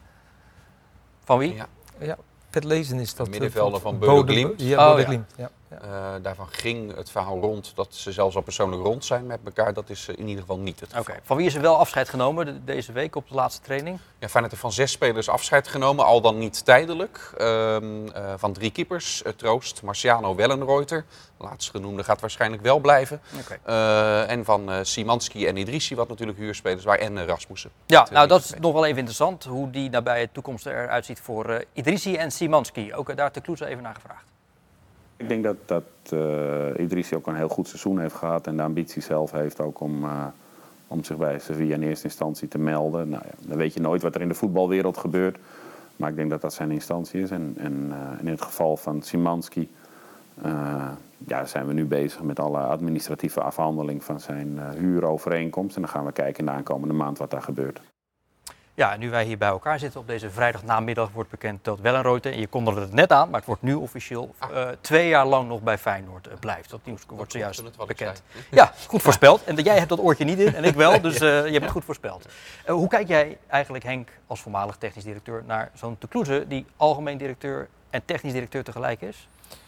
S2: van wie?
S4: Ja. ja. Vet Lezen is dat.
S5: De middenvelder van Bode Glimt.
S4: Ja, Bode Glimt. Ja. Ja.
S5: Uh, daarvan ging het verhaal rond dat ze zelfs al persoonlijk rond zijn met elkaar. Dat is uh, in ieder geval niet het geval.
S2: Okay. Van wie is er wel afscheid genomen de, deze week op de laatste training?
S5: Ja, Feyenoord heeft van zes spelers afscheid genomen, al dan niet tijdelijk. Uh, uh, van drie keepers, uh, Troost, Marciano, Wellenreuter. De laatstgenoemde gaat waarschijnlijk wel blijven. Okay. Uh, en van uh, Szymanski en Idrissi, wat natuurlijk huurspelers waren, en uh, Rasmussen.
S2: Ja, met, nou dat is nog wel even interessant, hoe die nabije toekomst eruit ziet voor uh, Idrissi en Szymanski. Ook uh, daar te Kloeze even naar gevraagd.
S8: Ik denk dat, dat uh, Idrissi ook een heel goed seizoen heeft gehad en de ambitie zelf heeft ook om, uh, om zich bij Sevilla in eerste instantie te melden. Nou ja, dan weet je nooit wat er in de voetbalwereld gebeurt, maar ik denk dat dat zijn instantie is. En, en uh, in het geval van Szymanski uh, ja, zijn we nu bezig met alle administratieve afhandeling van zijn uh, huurovereenkomst. En dan gaan we kijken in de aankomende maand wat daar gebeurt.
S2: Ja, en nu wij hier bij elkaar zitten op deze vrijdagnamiddag wordt bekend dat Wellenreuter, en je kondigde het net aan, maar het wordt nu officieel uh, twee jaar lang nog bij Feyenoord uh, blijft. Dat nieuws wordt zojuist bekend. Ja, goed voorspeld. En jij hebt dat oortje niet in en ik wel, dus uh, je hebt het goed voorspeld. Uh, hoe kijk jij eigenlijk, Henk, als voormalig technisch directeur, naar zo'n de Kloeze die algemeen directeur en technisch directeur tegelijk is?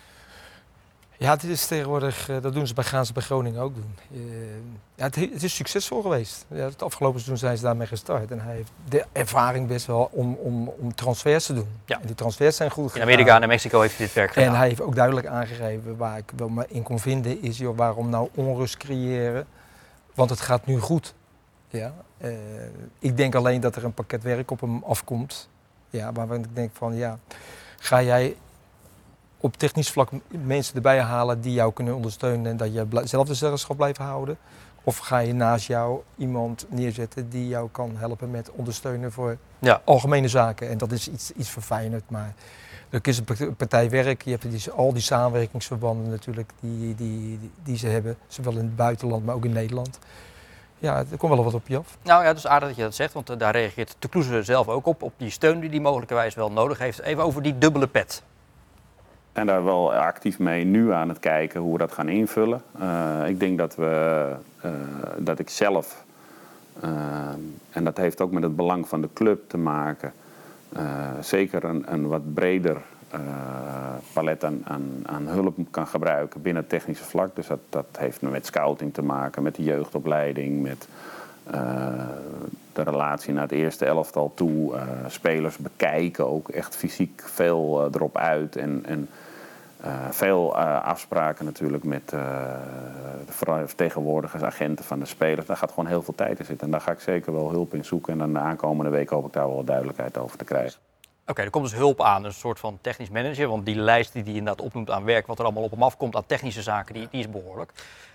S4: Ja, dit is tegenwoordig, dat doen ze bij, gaan ze bij Groningen ook doen. Uh, ja, het, het is succesvol geweest. Ja, het afgelopen seizoen zijn ze daarmee gestart. En hij heeft de ervaring best wel om, om, om transfers te doen. Ja. En die transfers zijn goed gegaan.
S2: In Amerika en Mexico heeft hij dit werk gedaan.
S4: En hij heeft ook duidelijk aangegeven waar ik wel me in kon vinden is, joh, waarom nou onrust creëren? Want het gaat nu goed. Ja? Uh, ik denk alleen dat er een pakket werk op hem afkomt. Ja, waarvan ik denk van, ja, ga jij op technisch vlak mensen erbij halen die jou kunnen ondersteunen en dat je bl- zelf de zeggenschap blijft houden? Of ga je naast jou iemand neerzetten die jou kan helpen met ondersteunen voor
S2: Ja.
S4: algemene zaken? En dat is iets, iets voor Feyenoord, maar er is een partij werk. Je hebt die, al die samenwerkingsverbanden natuurlijk die, die, die, die ze hebben, zowel in het buitenland, maar ook in Nederland. Ja, er komt wel wat op je af.
S2: Nou ja, het is aardig dat je dat zegt, want uh, daar reageert de Kloeze zelf ook op. Op die steun die hij mogelijkerwijs wel nodig heeft. Even over die dubbele pet.
S8: En daar wel actief mee nu aan het kijken hoe we dat gaan invullen. Uh, ik denk dat, we, uh, dat ik zelf, uh, en dat heeft ook met het belang van de club te maken, uh, zeker een, een wat breder uh, palet aan, aan, aan hulp kan gebruiken binnen het technische vlak. Dus dat, dat heeft met scouting te maken, met de jeugdopleiding, met uh, de relatie naar het eerste elftal toe. Uh, spelers bekijken ook echt fysiek veel uh, erop uit. En, en uh, veel uh, afspraken natuurlijk met uh, de vertegenwoordigers, agenten van de spelers. Daar gaat gewoon heel veel tijd in zitten. En daar ga ik zeker wel hulp in zoeken. En dan de aankomende week hoop ik daar wel wat duidelijkheid over te krijgen.
S2: Oké, okay, er komt dus hulp aan, een soort van technisch manager. Want die lijst die hij inderdaad opnoemt aan werk, wat er allemaal op hem afkomt aan technische zaken, die, die is behoorlijk.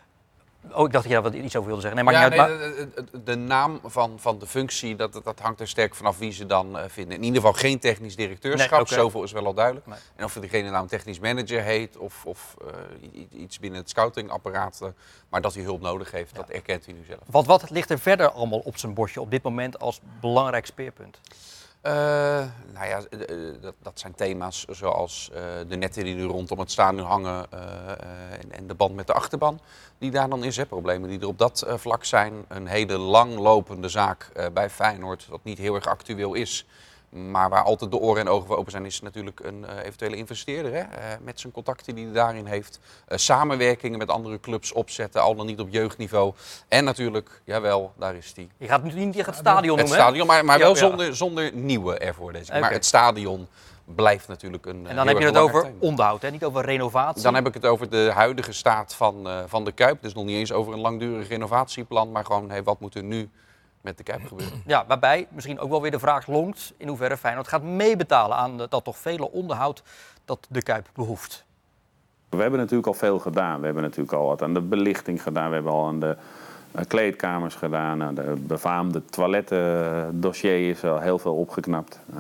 S2: Oh, ik dacht dat je daar wat iets over wilde zeggen. Nee, maar
S5: ja,
S2: niet
S5: nee,
S2: uit,
S5: de, de, de naam van, van de functie, dat, dat hangt er sterk vanaf wie ze dan uh, vinden. In ieder geval geen technisch directeurschap,
S2: nee, okay.
S5: Zoveel is wel al duidelijk.
S2: Nee.
S5: En of diegene nou een technisch manager heet of, of uh, iets binnen het scoutingapparaat. Uh, maar dat hij hulp nodig heeft, ja. Dat erkent hij nu zelf.
S2: Wat, wat ligt er verder allemaal op zijn bordje op dit moment als belangrijk speerpunt?
S5: Uh, nou ja, uh, dat, dat zijn thema's zoals uh, de netten die nu rondom het stadion hangen uh, uh, en, en de band met de achterban die daar dan is. Hè. Problemen die er op dat uh, vlak zijn. Een hele langlopende zaak uh, bij Feyenoord, wat niet heel erg actueel is. Maar waar altijd de oren en ogen voor open zijn, is natuurlijk een uh, eventuele investeerder. Hè? Uh, met zijn contacten die hij daarin heeft. Uh, samenwerkingen met andere clubs opzetten, al dan niet op jeugdniveau. En natuurlijk, jawel, daar is die.
S2: Je gaat nu niet het stadion noemen,
S5: Het stadion, maar, maar
S2: ja,
S5: wel
S2: ja.
S5: zonder, zonder nieuwe ervoor deze.
S2: Okay.
S5: Maar het stadion blijft natuurlijk een.
S2: En dan heb je het over thema. Onderhoud, hè? Niet over renovatie.
S5: Dan heb ik het over de huidige staat van, uh, van de Kuip. Dus nog niet eens over een langdurig renovatieplan, maar gewoon hey, wat moet er nu met de Kuip gebeuren.
S2: Ja, waarbij misschien ook wel weer de vraag longt in hoeverre Feyenoord gaat meebetalen aan dat toch vele onderhoud dat de Kuip behoeft.
S8: We hebben natuurlijk al veel gedaan. We hebben natuurlijk al wat aan de belichting gedaan. We hebben al aan de uh, kleedkamers gedaan. Aan de befaamde toilettendossier is al heel veel opgeknapt. Uh,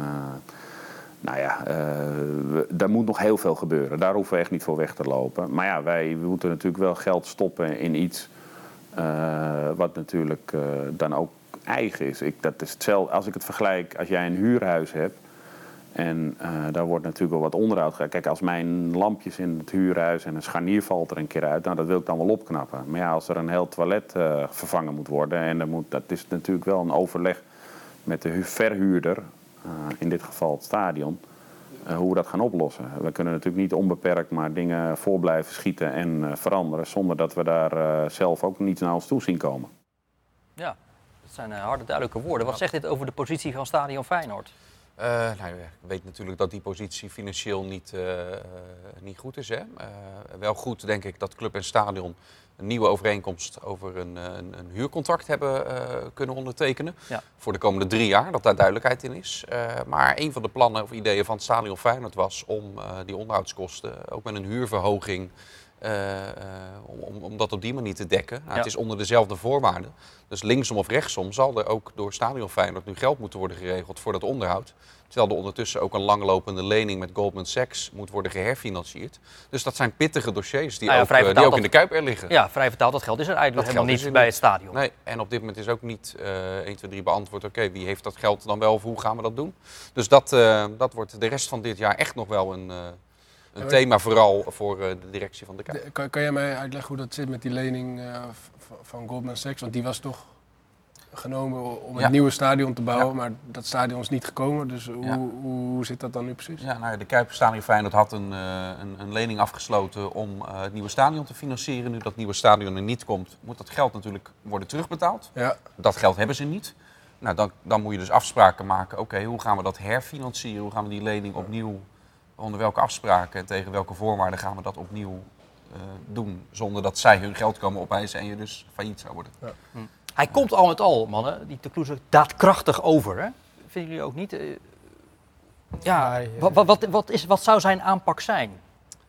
S8: nou ja, uh, we, daar moet nog heel veel gebeuren. Daar hoeven we echt niet voor weg te lopen. Maar ja, wij we moeten natuurlijk wel geld stoppen in iets uh, wat natuurlijk uh, dan ook eigen is. Ik, dat is hetzelfde als ik het vergelijk als jij een huurhuis hebt en uh, daar wordt natuurlijk wel wat onderhoud gedaan. Kijk, als mijn lampjes in het huurhuis en een scharnier valt er een keer uit, nou dat wil ik dan wel opknappen. Maar ja, als er een heel toilet uh, vervangen moet worden en dan moet, dat is natuurlijk wel een overleg met de verhuurder, uh, in dit geval het stadion, uh, hoe we dat gaan oplossen. We kunnen natuurlijk niet onbeperkt maar dingen voor blijven schieten en uh, veranderen zonder dat we daar uh, zelf ook niet naar ons toe zien komen.
S2: Ja. Dat zijn uh, harde, duidelijke woorden. Wat zegt dit over de positie van Stadion Feyenoord?
S5: Uh, nou, je weet natuurlijk dat die positie financieel niet, uh, uh, niet goed is. Hè? Uh, wel goed, denk ik, dat club en stadion een nieuwe overeenkomst over een, een, een huurcontract hebben uh, kunnen ondertekenen. Ja. Voor de komende drie jaar, dat daar duidelijkheid in is. Uh, maar een van de plannen of ideeën van het Stadion Feyenoord was om uh, die onderhoudskosten ook met een huurverhoging Uh, uh, om, om dat op die manier te dekken. Nou, ja. Het is onder dezelfde voorwaarden. Dus linksom of rechtsom zal er ook door Stadion Feyenoord nu geld moeten worden geregeld voor dat onderhoud. Terwijl er ondertussen ook een langlopende lening met Goldman Sachs moet worden geherfinancierd. Dus dat zijn pittige dossiers die, nou ja, ook, uh, die ook in de Kuip er liggen.
S2: Ja, vrij vertaald, dat geld is er eigenlijk helemaal niet bij niet. het stadion.
S5: Nee, en op dit moment is ook niet uh, één, twee, drie beantwoord. Oké, okay, wie heeft dat geld dan wel of hoe gaan we dat doen? Dus dat, uh, dat wordt de rest van dit jaar echt nog wel een... Uh, Een thema vooral voor uh, de directie van de Kuip.
S3: Kan, kan jij mij uitleggen hoe dat zit met die lening uh, van Goldman Sachs? Want die was toch genomen om het ja. nieuwe stadion te bouwen, ja. maar dat stadion is niet gekomen. Dus hoe, ja. hoe, hoe zit dat dan nu precies?
S5: Ja, nou, de Kuip Stadion Feyenoord had een, uh, een, een lening afgesloten om uh, het nieuwe stadion te financieren. Nu dat nieuwe stadion er niet komt, moet dat geld natuurlijk worden terugbetaald.
S3: Ja.
S5: Dat geld hebben ze niet. Nou, dan, dan moet je dus afspraken maken. Oké, okay, hoe gaan we dat herfinancieren? Hoe gaan we die lening opnieuw... Onder welke afspraken en tegen welke voorwaarden gaan we dat opnieuw uh, doen? Zonder dat zij hun geld komen opeisen en je dus failliet zou worden. Ja.
S2: Hm. Hij komt al met al, mannen, die de Kloeze daadkrachtig over. Hè? Vinden jullie ook niet? Uh, ja, wat, wat, wat, is, wat zou zijn aanpak zijn?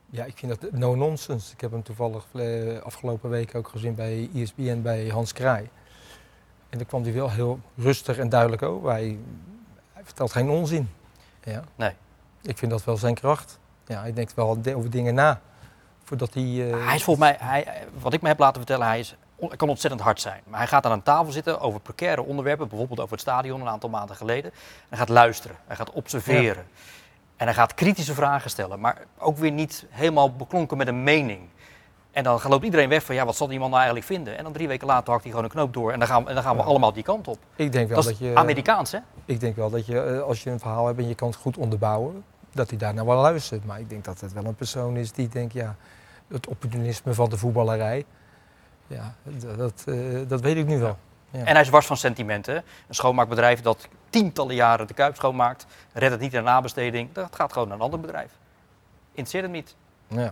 S4: Ja, ik vind dat no-nonsense. Ik heb hem toevallig uh, afgelopen week ook gezien bij E S P N bij Hans Kraai. En daar kwam hij wel heel rustig en duidelijk over. Hij, hij vertelt geen onzin. Ja.
S2: Nee.
S4: Ik vind dat wel zijn kracht. Ja, hij denkt wel over dingen na. Voordat hij, uh...
S2: hij is volgens mij, hij, wat ik me heb laten vertellen, hij is, kan ontzettend hard zijn. Maar hij gaat aan een tafel zitten over precaire onderwerpen, bijvoorbeeld over het stadion een aantal maanden geleden. Hij gaat luisteren, hij gaat observeren. Ja. En hij gaat kritische vragen stellen, maar ook weer niet helemaal beklonken met een mening. En dan loopt iedereen weg van, ja, wat zal die man nou eigenlijk vinden? En dan drie weken later hakt hij gewoon een knoop door en dan gaan we, en dan gaan we ja. allemaal die kant op.
S4: Ik denk wel
S2: dat,
S4: dat
S2: is
S4: je,
S2: Amerikaans, hè?
S4: Ik denk wel dat je, als je een verhaal hebt en je kan het goed onderbouwen, dat hij daar nou wel luistert. Maar ik denk dat het wel een persoon is die denkt, ja, het opportunisme van de voetballerij, ja, dat, uh, dat weet ik nu wel. Ja.
S2: En hij is wars van sentimenten. Een schoonmaakbedrijf dat tientallen jaren de Kuip schoonmaakt, redt het niet in een nabesteding, dat gaat gewoon naar een ander bedrijf. Interesseert hem niet.
S4: Ja.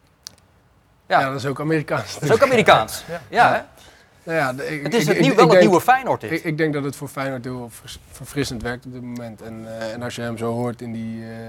S3: Ja. ja, dat is ook Amerikaans.
S2: Dat is ook Amerikaans. Ja, ja, hè?
S3: Nou ja, ik,
S2: het is
S3: ik,
S2: het
S3: ik,
S2: nieuw,
S3: ik,
S2: wel
S3: ik
S2: het
S3: denk,
S2: nieuwe Feyenoord is.
S3: Ik, ik denk dat het voor Feyenoord heel verfrissend werkt op dit moment. En, uh, en als je hem zo hoort in die, uh,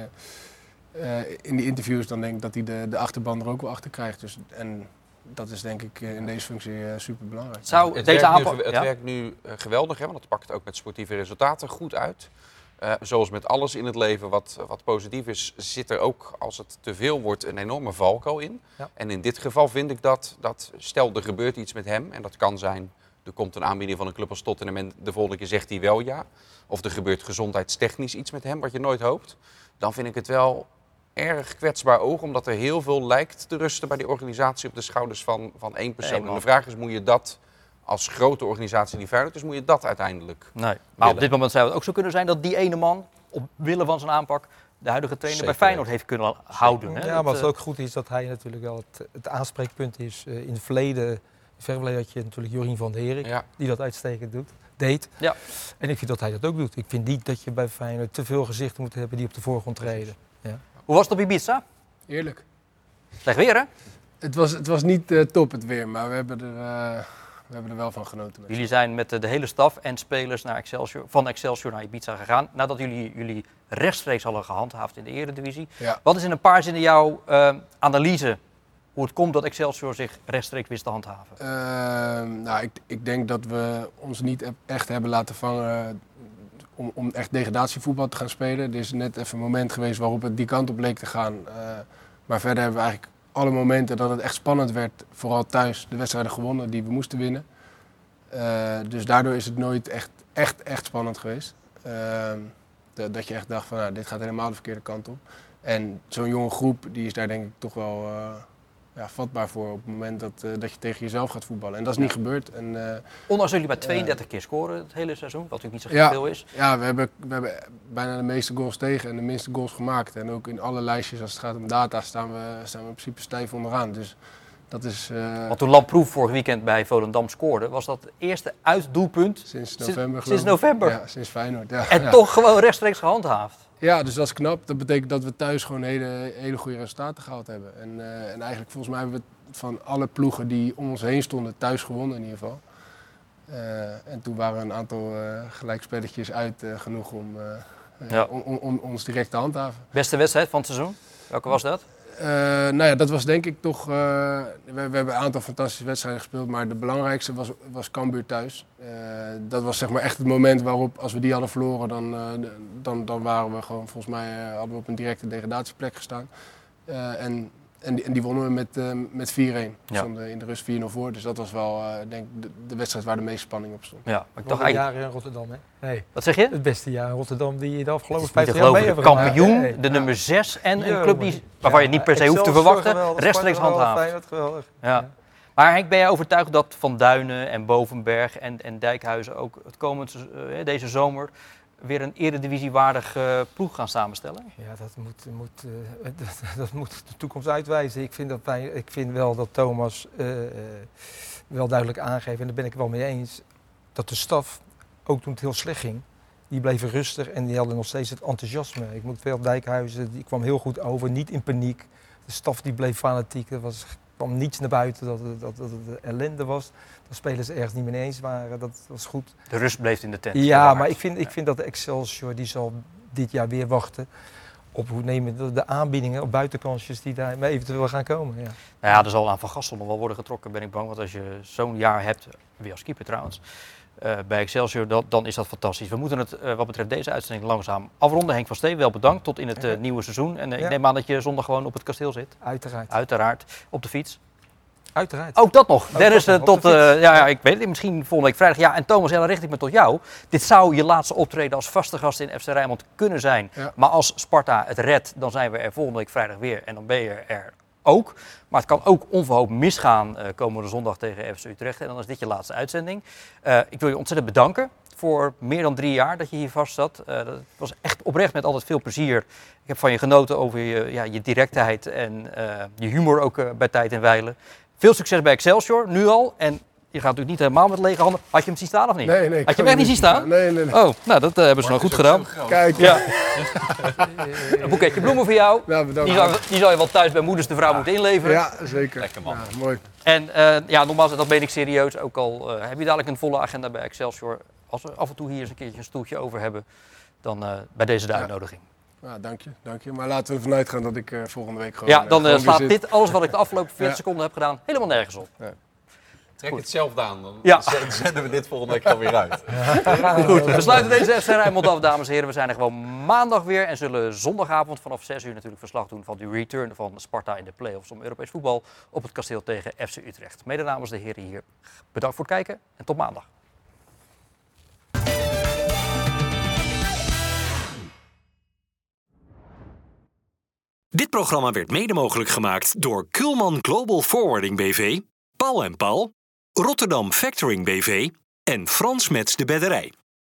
S3: uh, in die interviews, dan denk ik dat hij de, de achterban er ook wel achter krijgt. Dus, en dat is denk ik in deze functie uh, super belangrijk.
S5: Zou het deze werkt, nu, het ja? werkt nu uh, geweldig, hè, want het pakt ook met sportieve resultaten goed uit. Uh, zoals met alles in het leven wat, wat positief is, zit er ook, als het te veel wordt, een enorme valkuil in. Ja. En in dit geval vind ik dat, dat, stel er gebeurt iets met hem, en dat kan zijn, er komt een aanbieding van een club als Tottenham en de volgende keer zegt hij wel ja. Of er gebeurt gezondheidstechnisch iets met hem, wat je nooit hoopt. Dan vind ik het wel erg kwetsbaar oog, omdat er heel veel lijkt te rusten bij die organisatie op de schouders van, van één persoon. Nee, en de vraag is, moet je dat als grote organisatie die Feyenoord is, moet je dat uiteindelijk
S2: Nee, maar willen. Op dit moment zou het ook zo kunnen zijn dat die ene man, op wille van zijn aanpak, de huidige trainer Zeker. bij Feyenoord heeft kunnen houden. Hè?
S4: Ja,
S2: dat,
S4: maar wat uh... ook goed is, dat hij natuurlijk wel het, het aanspreekpunt is. Uh, in het verleden, in het verre verleden had je natuurlijk Jorien van der Herik, ja. die dat uitstekend doet, deed. Ja. En ik vind dat hij dat ook doet. Ik vind niet dat je bij Feyenoord te veel gezichten moet hebben die op de voorgrond treden. Ja.
S2: Hoe was het op Ibiza?
S3: Eerlijk.
S2: Slecht weer, hè?
S3: Het was, het was niet uh, top het weer, maar we hebben er... Uh... We hebben er wel van genoten.
S2: Jullie zijn met de hele staf en spelers naar Excelsior, van Excelsior naar Ibiza gegaan. Nadat jullie, jullie rechtstreeks hadden gehandhaafd in de Eredivisie. Ja. Wat is in een paar zinnen jouw uh, analyse hoe het komt dat Excelsior zich rechtstreeks wist te handhaven?
S3: Uh, nou, ik, ik denk dat we ons niet echt hebben laten vangen om, om echt degradatievoetbal te gaan spelen. Er is net even een moment geweest waarop het die kant op leek te gaan. Uh, maar verder hebben we eigenlijk alle momenten dat het echt spannend werd, vooral thuis, de wedstrijden gewonnen die we moesten winnen. Uh, dus daardoor is het nooit echt, echt, echt spannend geweest. Uh, de, dat je echt dacht van, nou, dit gaat helemaal de verkeerde kant op. En zo'n jonge groep, die is daar denk ik toch wel uh, ja, vatbaar voor op het moment dat, uh, dat je tegen jezelf gaat voetballen. En dat is niet ja. gebeurd. En, uh,
S2: Ondanks jullie bij tweeëndertig uh, keer scoren het hele seizoen, wat natuurlijk niet zo ja, veel is.
S3: Ja, we hebben, we hebben bijna de meeste goals tegen en de minste goals gemaakt. En ook in alle lijstjes als het gaat om data staan we, staan we in principe stijf onderaan. Dus dat is... Uh,
S2: Want toen Lamproef vorig weekend bij Volendam scoorde, was dat het eerste uitdoelpunt
S3: sinds november.
S2: Sinds november?
S3: Ja, sinds Feyenoord. Ja.
S2: En
S3: ja.
S2: toch gewoon rechtstreeks gehandhaafd.
S3: Ja, dus dat is knap. Dat betekent dat we thuis gewoon hele, hele goede resultaten gehaald hebben. En, uh, en eigenlijk volgens mij hebben we van alle ploegen die om ons heen stonden thuis gewonnen in ieder geval. Uh, en toen waren een aantal uh, gelijkspelletjes uit uh, genoeg om, uh, ja. om, om, om ons direct te handhaven.
S2: Beste wedstrijd van het seizoen? Welke was dat?
S3: Uh, nou ja, dat was denk ik toch... Uh, we, we hebben een aantal fantastische wedstrijden gespeeld, maar de belangrijkste was, was Cambuur thuis. Uh, dat was zeg maar echt het moment waarop, als we die hadden verloren, dan, uh, dan, dan waren we gewoon, volgens mij uh, hadden we op een directe degradatieplek gestaan. Uh, en, en, die, en die wonnen we met, uh, met vier-een. We ja. stonden in de rust vier nul voor, dus dat was wel uh, denk ik de, de wedstrijd waar de meeste spanning op stond.
S2: Ja,
S4: maar ik dacht eigenlijk... jaar in Rotterdam, hè? Hey.
S2: Wat zeg je?
S4: Het beste jaar in Rotterdam die je de afgelopen vijftig jaar mee hebt
S2: gemaakt. Kampioen, nee, de nummer zes en ja, een club die, waarvan je het niet per se ja, hoeft te verwachten, geweldig, rechtstreeks handhaven.
S4: Geweldig.
S2: Ja. Ja. Maar Henk, ben jij overtuigd dat Van Duinen en Bovenberg en, en Dijkhuizen ook het komend, uh, deze zomer weer een eredivisiewaardig uh, ploeg gaan samenstellen?
S4: Ja, dat moet, moet, uh, dat, dat moet de toekomst uitwijzen. Ik vind, dat wij, ik vind wel dat Thomas uh, uh, wel duidelijk aangeeft, en daar ben ik het wel mee eens, dat de staf, ook toen het heel slecht ging, die bleven rustig en die hadden nog steeds het enthousiasme. Ik moet veel Dijkhuizen, die kwam heel goed over, niet in paniek. De staf die bleef fanatiek, er was, kwam niets naar buiten dat het, dat, dat het ellende was. Dat spelers ergens niet mee eens waren, dat was goed.
S2: De rust bleef in de tent.
S4: Ja, maar ik vind, ik vind dat de Excelsior, die zal dit jaar weer wachten op hoe nemen de, de aanbiedingen op buitenkansjes die daar eventueel gaan komen. Ja.
S2: Nou ja, er zal aan Van Gastel nog wel worden getrokken, ben ik bang. Want als je zo'n jaar hebt, weer als keeper trouwens, uh, bij Excelsior, dat, dan is dat fantastisch. We moeten het uh, wat betreft deze uitzending langzaam afronden. Henk van Steen, wel bedankt tot in het uh, nieuwe seizoen. En uh, ja. ik neem aan dat je zondag gewoon op het kasteel zit.
S4: Uiteraard.
S2: Uiteraard. Op de fiets.
S4: Uiteraard.
S2: Ook dat nog.
S4: Ook
S2: Dennis,
S4: dat nog,
S2: tot, uh, ja, ja, ik weet het, misschien volgende week vrijdag. Ja, en Thomas, en dan richt ik me tot jou. Dit zou je laatste optreden als vaste gast in F C Rijnmond kunnen zijn. Ja. Maar als Sparta het redt, dan zijn we er volgende week vrijdag weer. En dan ben je er ook. Maar het kan ook onverhoopt misgaan uh, komende zondag tegen F C Utrecht. En dan is dit je laatste uitzending. Uh, ik wil je ontzettend bedanken voor meer dan drie jaar dat je hier vast zat. Uh, dat was echt oprecht met altijd veel plezier. Ik heb van je genoten over je, ja, je directheid en uh, je humor ook uh, bij tijd en wijle. Veel succes bij Excelsior, nu al. En je gaat natuurlijk niet helemaal met lege handen. Had je hem zien staan of niet?
S3: Nee, nee.
S2: Had je hem echt niet zien staan?
S3: Nee, nee, nee.
S2: Oh, nou, dat uh, hebben ze nog goed gedaan.
S3: Kijk.
S2: Ja. Een boeketje bloemen voor jou.
S3: Ja, bedankt.
S2: Die zal, die zal je wel thuis bij moeders de vrouw ja. moeten inleveren.
S3: Ja, zeker.
S5: Lekker man.
S3: Ja, mooi.
S2: En uh, ja, nogmaals, dat ben ik serieus. Ook al uh, heb je dadelijk een volle agenda bij Excelsior. Als we af en toe hier eens een keertje een stoeltje over hebben, dan uh, bij deze de uitnodiging.
S3: Ja, dank je, dank je. Maar laten we ervan uitgaan dat ik uh, volgende week gewoon...
S2: Ja, dan uh,
S3: gewoon
S2: slaat dit, alles wat ik de afgelopen veertig ja. seconden heb gedaan, helemaal nergens op. Ja.
S5: Trek Goed. het zelf aan, dan
S2: ja.
S5: zenden we dit volgende week gewoon weer uit.
S2: Ja. Goed, we sluiten deze F C Rijnmond af, dames en heren. We zijn er gewoon maandag weer en zullen zondagavond vanaf zes uur natuurlijk verslag doen van de return van Sparta in de play-offs om Europees voetbal op het kasteel tegen F C Utrecht. Mede namens de heren hier, bedankt voor het kijken en tot maandag.
S1: Dit programma werd mede mogelijk gemaakt door Kuhlman Global Forwarding B V, Paul en Paul, Rotterdam Factoring B V en Frans Mets de Bedderij.